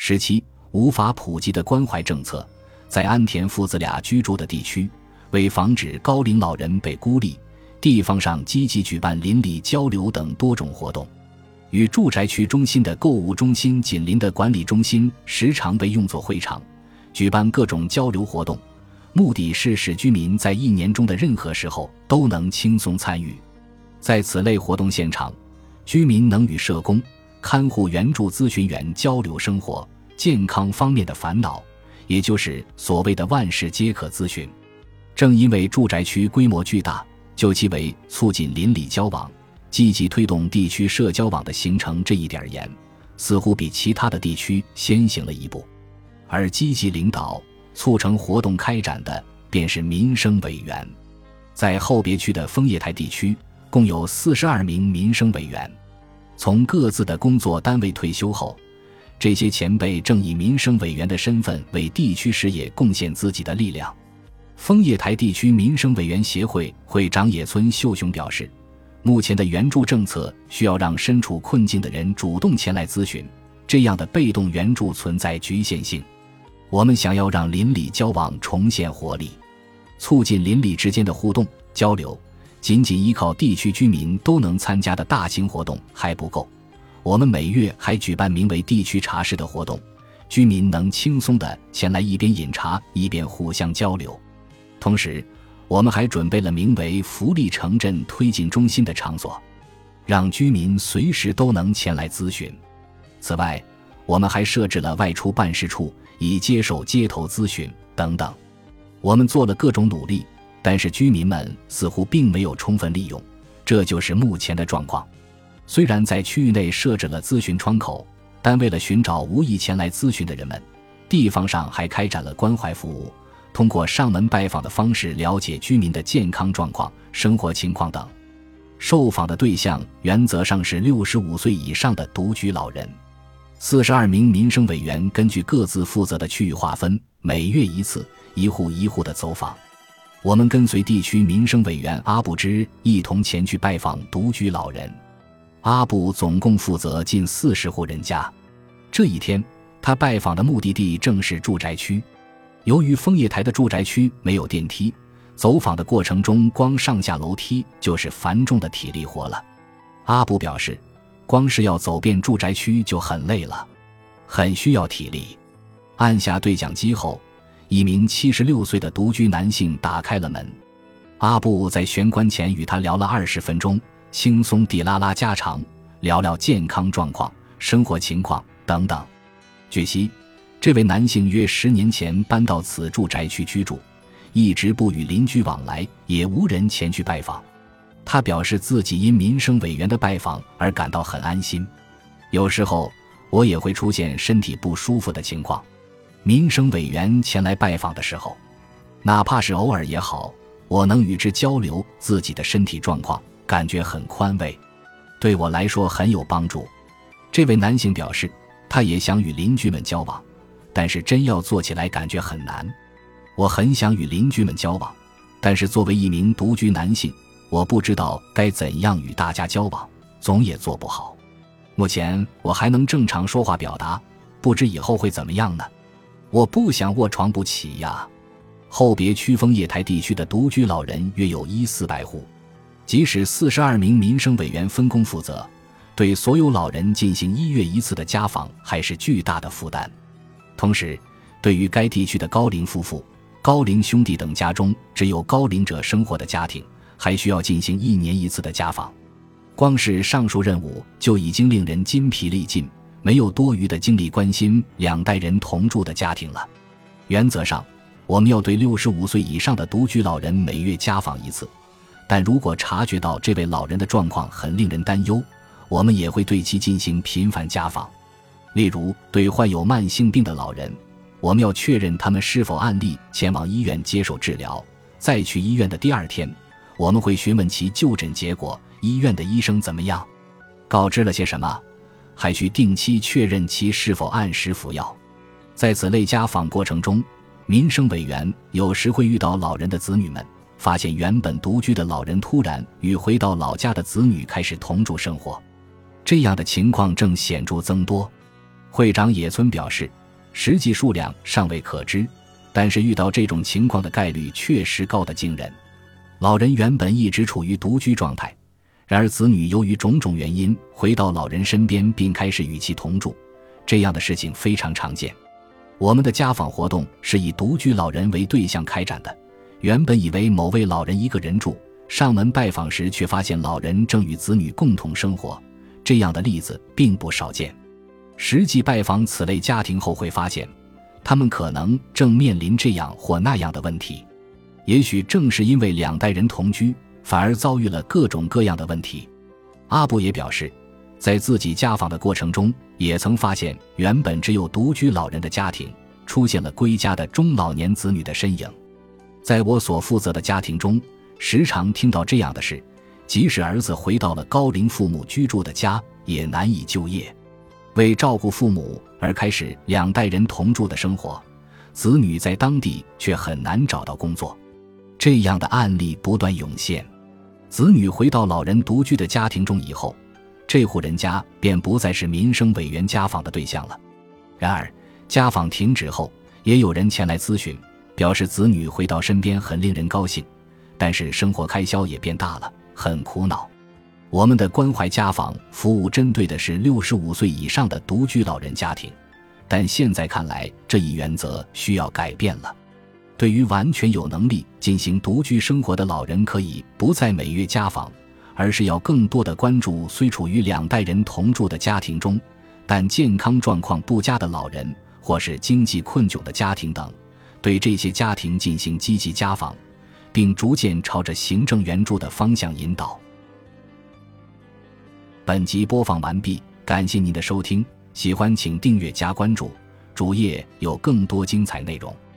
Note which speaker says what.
Speaker 1: 17无法普及的关怀政策，在安田父子俩居住的地区，为防止高龄老人被孤立，地方上积极举办邻里交流等多种活动。与住宅区中心的购物中心紧邻的管理中心时常被用作会场，举办各种交流活动，目的是使居民在一年中的任何时候都能轻松参与。在此类活动现场，居民能与社工、看护援助咨询员交流生活、健康方面的烦恼，也就是所谓的万事皆可咨询。正因为住宅区规模巨大，就其为促进邻里交往、积极推动地区社交网的形成这一点而言，似乎比其他的地区先行了一步。而积极领导、促成活动开展的便是民生委员。在后别区的枫叶台地区，共有42名民生委员。从各自的工作单位退休后，这些前辈正以民生委员的身份为地区事业贡献自己的力量。枫叶台地区民生委员协会会长野村秀雄表示，目前的援助政策需要让身处困境的人主动前来咨询，这样的被动援助存在局限性。我们想要让邻里交往重现活力，促进邻里之间的互动交流，仅仅依靠地区居民都能参加的大型活动还不够。我们每月还举办名为地区茶室的活动，居民能轻松地前来一边饮茶一边互相交流。同时，我们还准备了名为福利城镇推进中心的场所，让居民随时都能前来咨询。此外，我们还设置了外出办事处，以接受街头咨询等等。我们做了各种努力，但是居民们似乎并没有充分利用，这就是目前的状况。虽然在区域内设置了咨询窗口，但为了寻找无意前来咨询的人们，地方上还开展了关怀服务，通过上门拜访的方式了解居民的健康状况、生活情况等。受访的对象原则上是65岁以上的独居老人。42名民生委员根据各自负责的区域划分，每月一次，一户一户的走访。我们跟随地区民生委员阿布之一同前去拜访独居老人。阿布总共负责近40户人家。这一天，他拜访的目的地正是住宅区。由于枫叶台的住宅区没有电梯，走访的过程中光上下楼梯就是繁重的体力活了。阿布表示，光是要走遍住宅区就很累了，很需要体力。按下对讲机后，一名76岁的独居男性打开了门。阿布在玄关前与他聊了20分钟，轻松地拉拉家常，聊聊健康状况、生活情况等等。据悉，这位男性约10年前搬到此住宅区居住，一直不与邻居往来，也无人前去拜访。他表示自己因民生委员的拜访而感到很安心。有时候我也会出现身体不舒服的情况，民生委员前来拜访的时候，哪怕是偶尔也好，我能与之交流自己的身体状况，感觉很宽慰，对我来说很有帮助。这位男性表示，他也想与邻居们交往，但是真要做起来感觉很难。我很想与邻居们交往，但是作为一名独居男性，我不知道该怎样与大家交往，总也做不好。目前我还能正常说话表达，不知以后会怎么样呢？我不想卧床不起呀。后别区枫叶台地区的独居老人约有1400户，即使42名民生委员分工负责，对所有老人进行1月1次的家访还是巨大的负担。同时，对于该地区的高龄夫妇、高龄兄弟等家中只有高龄者生活的家庭，还需要进行1年1次的家访。光是上述任务就已经令人筋疲力尽，没有多余的精力关心2代人同住的家庭了。原则上，我们要对65岁以上的独居老人每月家访1次，但如果察觉到这位老人的状况很令人担忧，我们也会对其进行频繁家访。例如，对患有慢性病的老人，我们要确认他们是否按例前往医院接受治疗，再去医院的第2天，我们会询问其就诊结果，医院的医生怎么样，告知了些什么，还需定期确认其是否按时服药。在此类家访过程中，民生委员有时会遇到老人的子女们，发现原本独居的老人突然与回到老家的子女开始同住生活，这样的情况正显著增多。 会长野村表示，实际数量尚未可知，但是遇到这种情况的概率确实高得惊人。老人原本一直处于独居状态，然而子女由于种种原因回到老人身边并开始与其同住，这样的事情非常常见。我们的家访活动是以独居老人为对象开展的，原本以为某位老人一个人住，上门拜访时却发现老人正与子女共同生活，这样的例子并不少见。实际拜访此类家庭后会发现，他们可能正面临这样或那样的问题。也许正是因为两代人同居，反而遭遇了各种各样的问题。阿布也表示，在自己家访的过程中，也曾发现原本只有独居老人的家庭，出现了归家的中老年子女的身影。在我所负责的家庭中，时常听到这样的事，即使儿子回到了高龄父母居住的家，也难以就业。为照顾父母而开始两代人同住的生活，子女在当地却很难找到工作。这样的案例不断涌现。子女回到老人独居的家庭中以后，这户人家便不再是民生委员家访的对象了。然而家访停止后，也有人前来咨询，表示子女回到身边很令人高兴，但是生活开销也变大了，很苦恼。我们的关怀家访服务针对的是65岁以上的独居老人家庭，但现在看来这一原则需要改变了。对于完全有能力进行独居生活的老人，可以不再每月家访，而是要更多的关注虽处于两代人同住的家庭中，但健康状况不佳的老人，或是经济困窘的家庭等，对这些家庭进行积极家访，并逐渐朝着行政援助的方向引导。本集播放完毕，感谢您的收听，喜欢请订阅加关注，主页有更多精彩内容。